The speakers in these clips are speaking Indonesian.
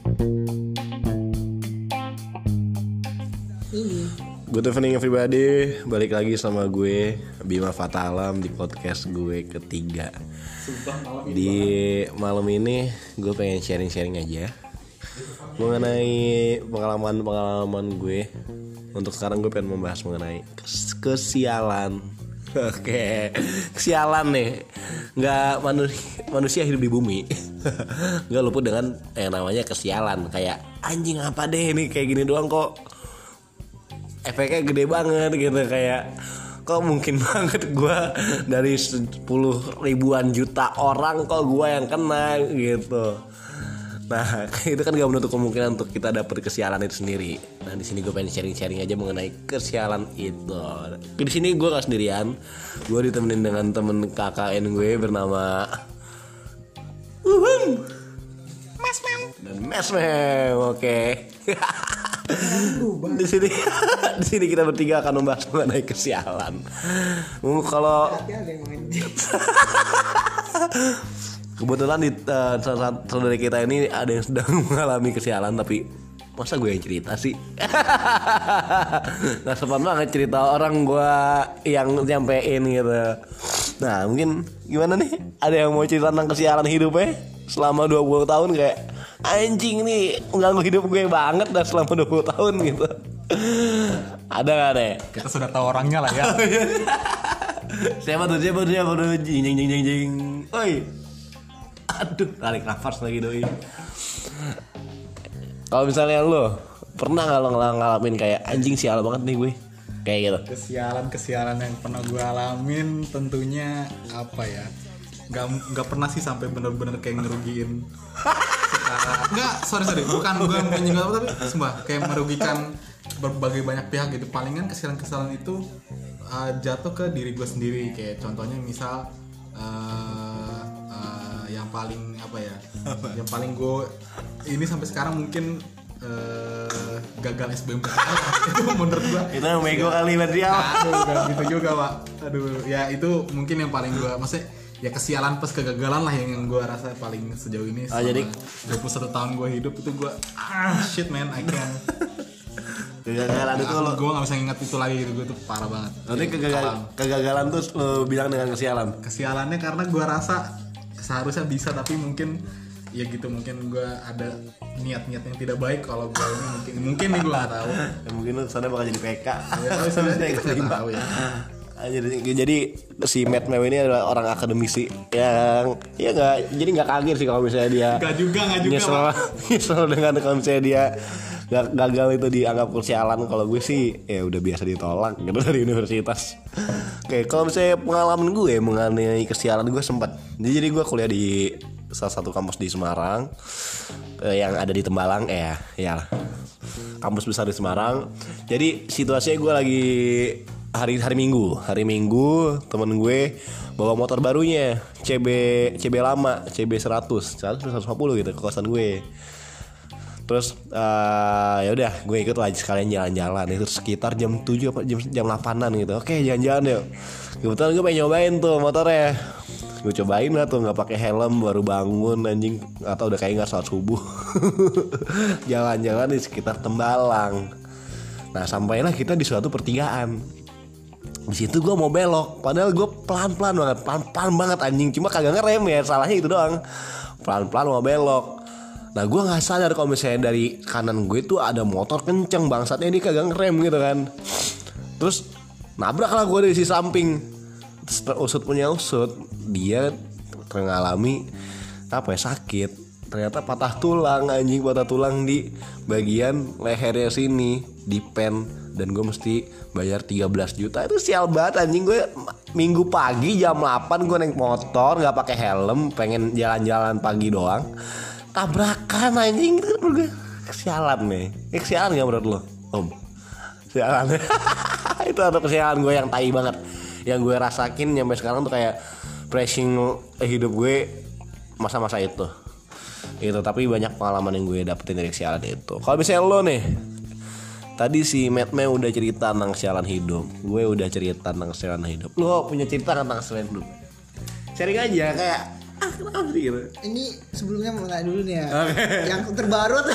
Good evening everybody, balik lagi sama gue Bima Fatalam di podcast gue ketiga. Di malam ini gue pengen sharing-sharing aja mengenai pengalaman gue. Untuk sekarang gue pengen membahas mengenai kesialan. Oke, kesialan nih. Nggak manusia hidup di bumi nggak luput dengan yang namanya kesialan. Kayak anjing apa deh ini kayak gini doang kok efeknya gede banget gitu. Kayak kok mungkin banget gue dari 10 ribuan juta orang kok gue yang kena gitu. Nah itu kan gak menutup kemungkinan untuk kita dapet kesialan itu sendiri. Nah di sini gue pengen sharing aja mengenai kesialan itu. Di sini gue gak sendirian, gue ditemenin dengan temen KKN gue bernama Mesmem dan Mesmem. Oke. Di sini kita bertiga akan membahas mengenai kesialan. Kalau kebetulan di saudara kita ini ada yang sedang mengalami kesialan, tapi masa gue yang cerita sih? Gak sopan banget cerita orang gue yang nyampein gitu. Nah mungkin gimana nih? Ada yang mau cerita tentang kesialan hidupnya selama 20 tahun kayak anjing nih mengganggu hidup gue banget dah selama 20 tahun gitu. Ada gak deh? Kita sudah tahu orangnya lah ya. Siapa tuh jing. Oi. Aduh, tarik nafas lagi doi. Kalau misalnya lo pernah nggak lo ngalamin kayak anjing sial banget nih gue, kayak gitu? Kesialan yang pernah gue alamin tentunya apa ya? Gak pernah sih sampai benar-benar kayak ngerugiin. Sorry, bukan gue menyinggung apa, tapi sumpah kayak merugikan berbagai banyak pihak gitu. Palingan kesialan itu jatuh ke diri gue sendiri. Kayak contohnya misal yang paling apa ya? Yang paling gue ini sampai sekarang mungkin gagal SBMPTN itu menurut gue itu yang bego kali berarti ya. Aduh gak gitu juga pak. Aduh ya itu mungkin yang paling gue maksudnya ya kesialan plus kegagalan lah yang gue rasa paling sejauh ini. Jadi 21 tahun gue hidup itu gue shit man I can't. Kegagalan itu lo gue gak bisa ingat itu lagi gitu. Gue tuh parah banget. nanti kegagalan tuh lo bilang dengan kesialan. Kesialannya karena gue rasa seharusnya bisa tapi mungkin ya gitu, mungkin gue ada niat-niat yang tidak baik. Kalau gue ini mungkin nih gue gak tahu Ya, mungkin lo sana bakal jadi PK ya, tapi sebenarnya kita gak tahu ya. Jadi si Matt Mew ini adalah orang akademisi yang ya nggak, jadi nggak kaget sih kalau misalnya dia Nggak juga nyesel dengan kalau misalnya dia gagal itu dianggap kesialan. Kalau gue sih ya udah biasa ditolak gitu dari universitas. Oke, kalau misalnya pengalaman gue mengenai kesialan gue sempat. Jadi gue kuliah di salah satu kampus di Semarang yang ada di Tembalang ya kampus besar di Semarang. Jadi situasinya gue lagi hari Minggu temen gue bawa motor barunya CB lama CB 150 gitu ke kosan gue. Terus ya udah gue ikut lah sekalian jalan-jalan. Itu sekitar jam 7 apa jam 8-an gitu. Oke, jalan-jalan yuk. Kebetulan gue pengen nyobain tuh motornya. Gue cobain lah tuh, nggak pakai helm, baru bangun anjing, atau udah kayak nggak sholat subuh. Jalan-jalan di sekitar Tembalang. Nah sampailah kita di suatu pertigaan. Di situ gue mau belok, padahal gue pelan banget anjing, cuma kagak ngerem ya, salahnya itu doang. Pelan-pelan mau belok. Nah gue nggak sadar kalau misalnya dari kanan gue tuh ada motor kenceng bangsatnya, ini kagak ngerem gitu kan. Terus nabrak lah gue dari sisi samping. Usut dia mengalami apa ya, sakit. Ternyata patah tulang di bagian lehernya sini, di pen. Dan gue mesti bayar 13 juta. Itu sial banget anjing. Gue Minggu pagi jam 8 gue naik motor gak pakai helm, pengen jalan-jalan pagi doang, tabrakan anjing. Itu gue kesialan nih. Kesialan gak menurut lo Om? Kesialan. Itu ada kesialan gue yang tai banget, yang gue rasakin sampai sekarang tuh kayak pressing hidup gue masa-masa itu. Tapi banyak pengalaman yang gue dapetin dari kesialan itu. Kalau misalnya lo nih, tadi si Matt Mew udah cerita tentang kesialan hidup, gue udah cerita tentang kesialan hidup. Lo punya cerita tentang kesialan hidup? Sharing aja, kayak Kenapa sih gitu? Ini sebelumnya mau nanya dulu nih ya. Oke. Yang terbaru atau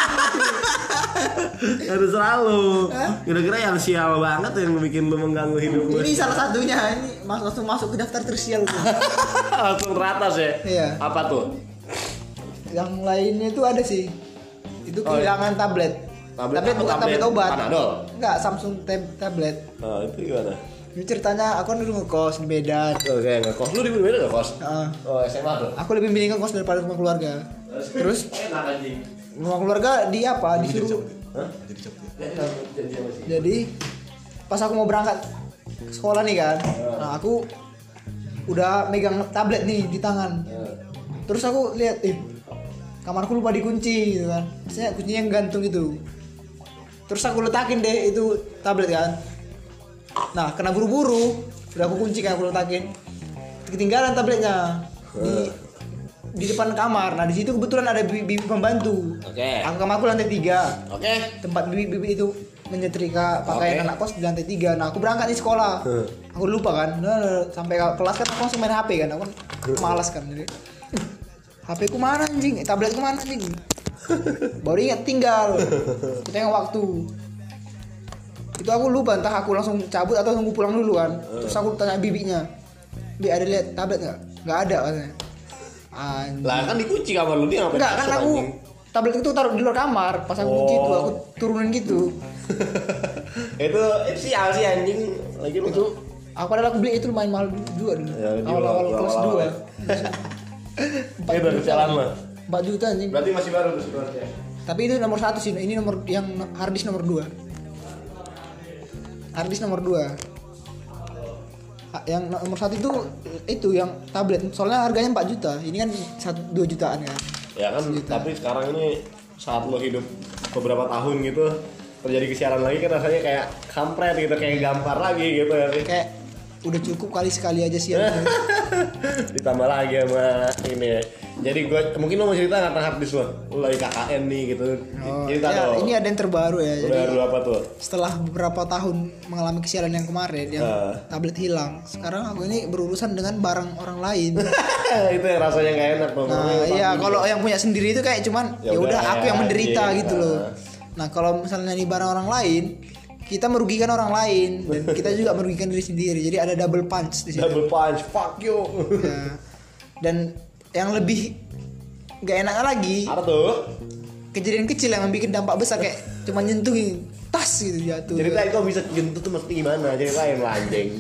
Harus selalu. Kira-kira yang sial banget yang bikin lu mengganggu hidup gue. ini salah satunya, ini langsung masuk ke daftar tersial tuh. Langsung teratas ya. Iya. Apa tuh? Yang lainnya itu ada sih. Itu kehilangan tablet. Tablet bukan tablet tablet obat. Panadol. Enggak, Samsung tablet. Oh, itu gimana? Ini ceritanya aku kan dulu ngekos di Medan. Oke, ngekos. Lu di Medan nggak kos? Heeh. Oh, SMA tuh. Aku lebih milih ngekos daripada rumah keluarga. Terus enak anjing. rumah keluarga di apa? Disuruh. Hah? Jadi cepet ya. Jadi pas aku mau berangkat ke sekolah nih kan. Nah, aku udah megang tablet nih di tangan. Terus aku lihat, kamarku lupa dikunci gitu kan. Maksudnya kuncinya yang gantung gitu. Terus aku letakin deh itu tablet kan. Nah, kena buru-buru, udah aku kunci kan, aku letakin. Ketinggalan tabletnya di depan kamar. Nah, di situ kebetulan ada bibi pembantu. Oke. Aku kamarku lantai 3. Oke. Tempat bibi itu menyetrika pakaian anak kos di lantai 3. Nah, aku berangkat di sekolah. Aku lupa kan. Nah, sampai kelas kan aku langsung main HP kan. Aku kan malas kan. Jadi HP ku mana anjing? Tablet ku mana anjing? Baru ingat tinggal. Kita yang waktu. Itu aku lupa, entah aku langsung cabut atau tunggu pulang dulu kan. Terus aku tanya bibinya, "Bi, ada lihat tablet enggak?" "Enggak ada," katanya. Anjing. Lah kan dikunci kamar lu, dia ngapain? Enggak, kan masuk, aku anjing? tablet itu taruh di luar kamar. Pas aku kunci itu aku turunin gitu. itu sial sih anjing. Lagi lu Itu aku padahal aku beli itu lumayan mahal juga dulu. Ya, di Awal-awal awal- kelas awal-awal 2. itu kesialan mah. 4 juta anjing. Berarti masih baru tuh sebenarnya. Tapi itu nomor 1 sih. Ini nomor yang harddisk nomor 2. Harddisk nomor 2. Yang nomor 1 itu yang tablet. Soalnya harganya 4 juta. Ini kan 2 jutaan kan. Ya kan, tapi sekarang ini saat lo hidup beberapa tahun gitu terjadi kesialan lagi kan rasanya kayak kampret gitu, kayak gampar lagi gitu ya sih. Kayak udah cukup sekali aja sih. Ditambah lagi sama ini. Jadi gue mungkin lo mau cerita nggak tentang harddisk lo lagi KKN nih gitu. Cerita Ya, dong. ini ada yang terbaru ya. Jadi Baru apa tuh? setelah beberapa tahun mengalami kesialan yang kemarin yang tablet hilang, sekarang aku ini berurusan dengan barang orang lain. Itu yang rasanya nggak enak tuh. Nah, iya, kalau yang punya sendiri itu kayak cuman Ya ya udah udah, aku yang menderita iya, gitu loh. Nah, kalau misalnya ini barang orang lain, kita merugikan orang lain dan kita juga merugikan diri sendiri. Jadi ada double punch di situ. Double punch, fuck you. Ya. Dan yang lebih gak enaknya lagi, Apa tuh? kejadian kecil yang bikin dampak besar kayak cuma nyentuhin tas gitu jatuh. Cerita itu bisa jentuh tuh mesti gimana? Ceritain lah anjing.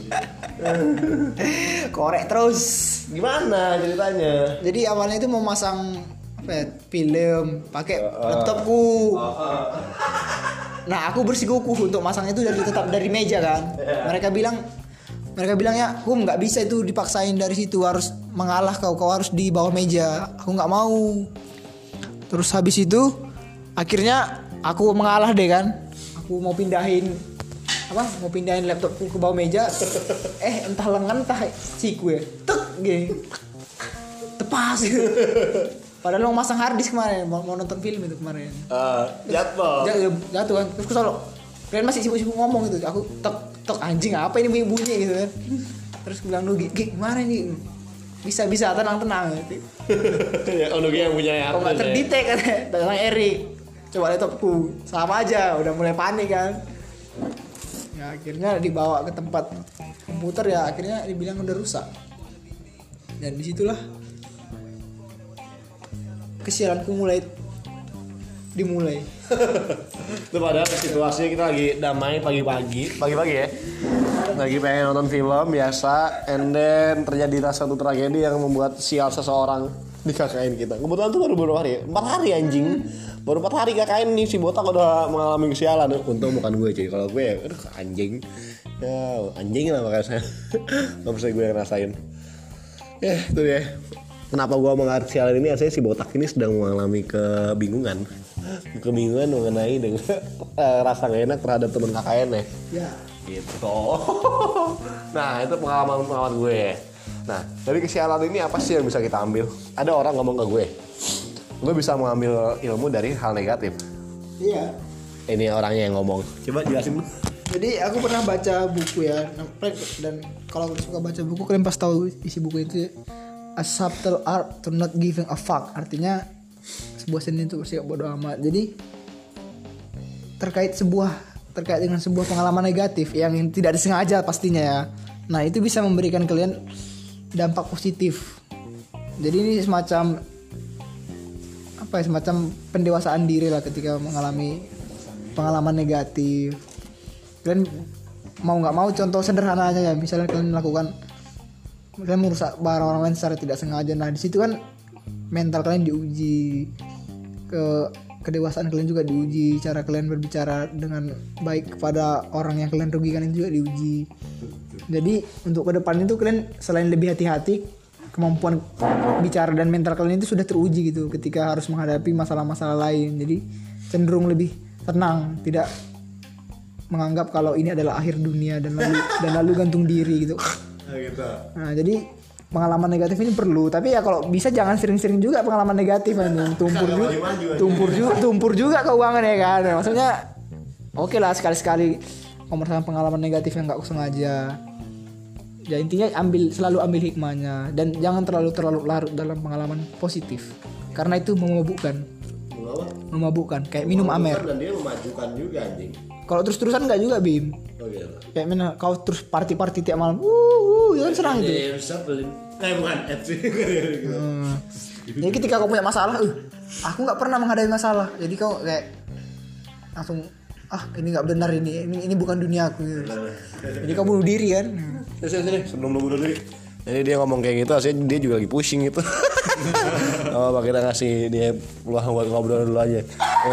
Korek terus. Gimana ceritanya? Jadi awalnya itu mau masang apa ya, film pakai laptopku. Nah, aku bersikukuh untuk masang itu tetap dari meja kan. Mereka bilang ya, nggak bisa itu dipaksain dari situ, harus mengalah kau harus di bawah meja. Aku nggak mau. Terus habis itu akhirnya aku mengalah deh kan. Aku mau pindahin laptopku ke bawah meja. Entah lengan entah siku ya. Tek gini. Tepas gitu. Padahal mau masang harddisk kemarin, mau nonton film itu kemarin. Jatuh. Jatuh kan. Terus aku selalu kalian masih sibuk-sibuk ngomong gitu. Aku tek anjing apa ini bunyi gitu kan. Terus bilang lu gimana nih? Bisa tenang gitu. Ya Onogi yang punya Kok nggak terdetek kan? Datang Erik. Coba laptopku. Sama aja, udah mulai panik kan. Ya akhirnya dibawa ke tempat komputer ya, akhirnya dibilang udah rusak. Dan disitulah kesialanku dimulai. Itu padahal situasinya kita lagi damai pagi-pagi ya. Lagi pengen nonton film biasa, and then terjadi satu tragedi yang membuat sial seseorang di KKN kita. Kebetulan tuh baru beberapa hari, 4 hari anjing. Baru 4 hari KKN nih si botak udah mengalami kesialan. Untung bukan gue cuy, kalau gue aduh anjing. Ya anjing lah makanya saya. Gak bisa gue ngerasain. Ya itu ya. Kenapa gue mengalami kesialan ini? Artinya si botak ini sedang mengalami kebingungan mengenai dengan rasa gak enak terhadap teman KKN ya. Ya. Gitu. Nah itu pengalaman gue. Nah dari kesialan ini apa sih yang bisa kita ambil? Ada orang ngomong ke gue bisa mengambil ilmu dari hal negatif. Iya. Ini orangnya yang ngomong. Coba jelasin. Jadi aku pernah baca buku ya, dan kalau suka baca buku kalian pasti tahu isi buku itu ya. a subtle art to not giving a fuck. Artinya sebuah seni untuk bersikap bodoh amat. Jadi terkait dengan sebuah pengalaman negatif yang tidak disengaja pastinya ya. Nah, itu bisa memberikan kalian dampak positif. Jadi ini semacam pendewasaan diri lah ketika mengalami pengalaman negatif. Kalian mau nggak mau, contoh sederhananya ya, misalnya kalian merusak barang orang lain secara tidak sengaja. Nah, di situ kan mental kalian diuji, kedewasaan kalian juga diuji, cara kalian berbicara dengan baik kepada orang yang kalian rugikan itu juga diuji. Jadi untuk ke depan itu kalian selain lebih hati-hati, kemampuan bicara dan mental kalian itu sudah teruji gitu ketika harus menghadapi masalah-masalah lain. Jadi cenderung lebih tenang, tidak menganggap kalau ini adalah akhir dunia dan lalu gantung diri gitu. Nah, jadi pengalaman negatif ini perlu, tapi ya kalau bisa jangan sering-sering juga pengalaman negatif, tumpur juga keuangan ya kan. Maksudnya oke lah sekali-sekali merasakan pengalaman negatif yang nggak sengaja. Ya intinya selalu ambil hikmahnya dan jangan terlalu larut dalam pengalaman positif karena itu memabukkan kayak minum amer. Dan dia memajukan juga anjing. Kalau terus-terusan enggak juga Bim. Oh gitu. Kayak mana kau terus party tiap malam. Jangan serang itu. Bukan Jadi ketika kau punya masalah, aku nggak pernah menghadapi masalah. Jadi kau kayak langsung ini nggak benar, ini bukan dunia aku. Jadi kau bunuh diri kan? Sebelum lu bunuh diri. Jadi dia ngomong kayak gitu, aslinya dia juga lagi pusing gitu. Apa kita ngasih dia peluang buat ngobrol dulu aja.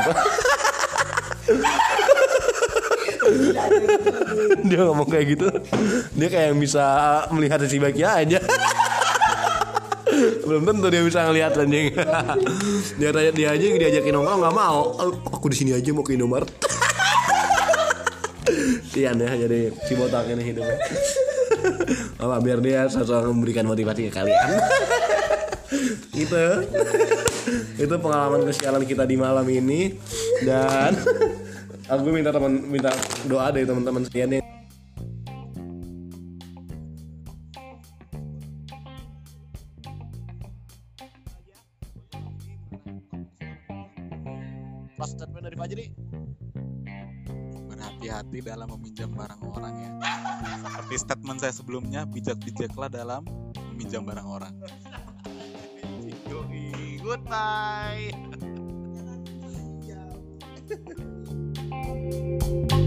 Dia ngomong kayak gitu, dia kayak bisa melihat sisi baiknya aja. Belum tentu dia bisa ngelihat anjing. Dia aja yang diajakin nongkrong nggak mau. Aku di sini aja mau ke Indomaret. Sian ya jadi si botak ini hidupnya. Apa biar dia sosok memberikan motivasi ke kalian. Itu pengalaman kesialan kita di malam ini. Dan aku minta doa dari teman-teman sekalian yang last statement dari Fajri. Berhati-hati dalam meminjam barang orang ya. Seperti statement saya sebelumnya, bijak-bijaklah dalam meminjam barang orang. Goodbye.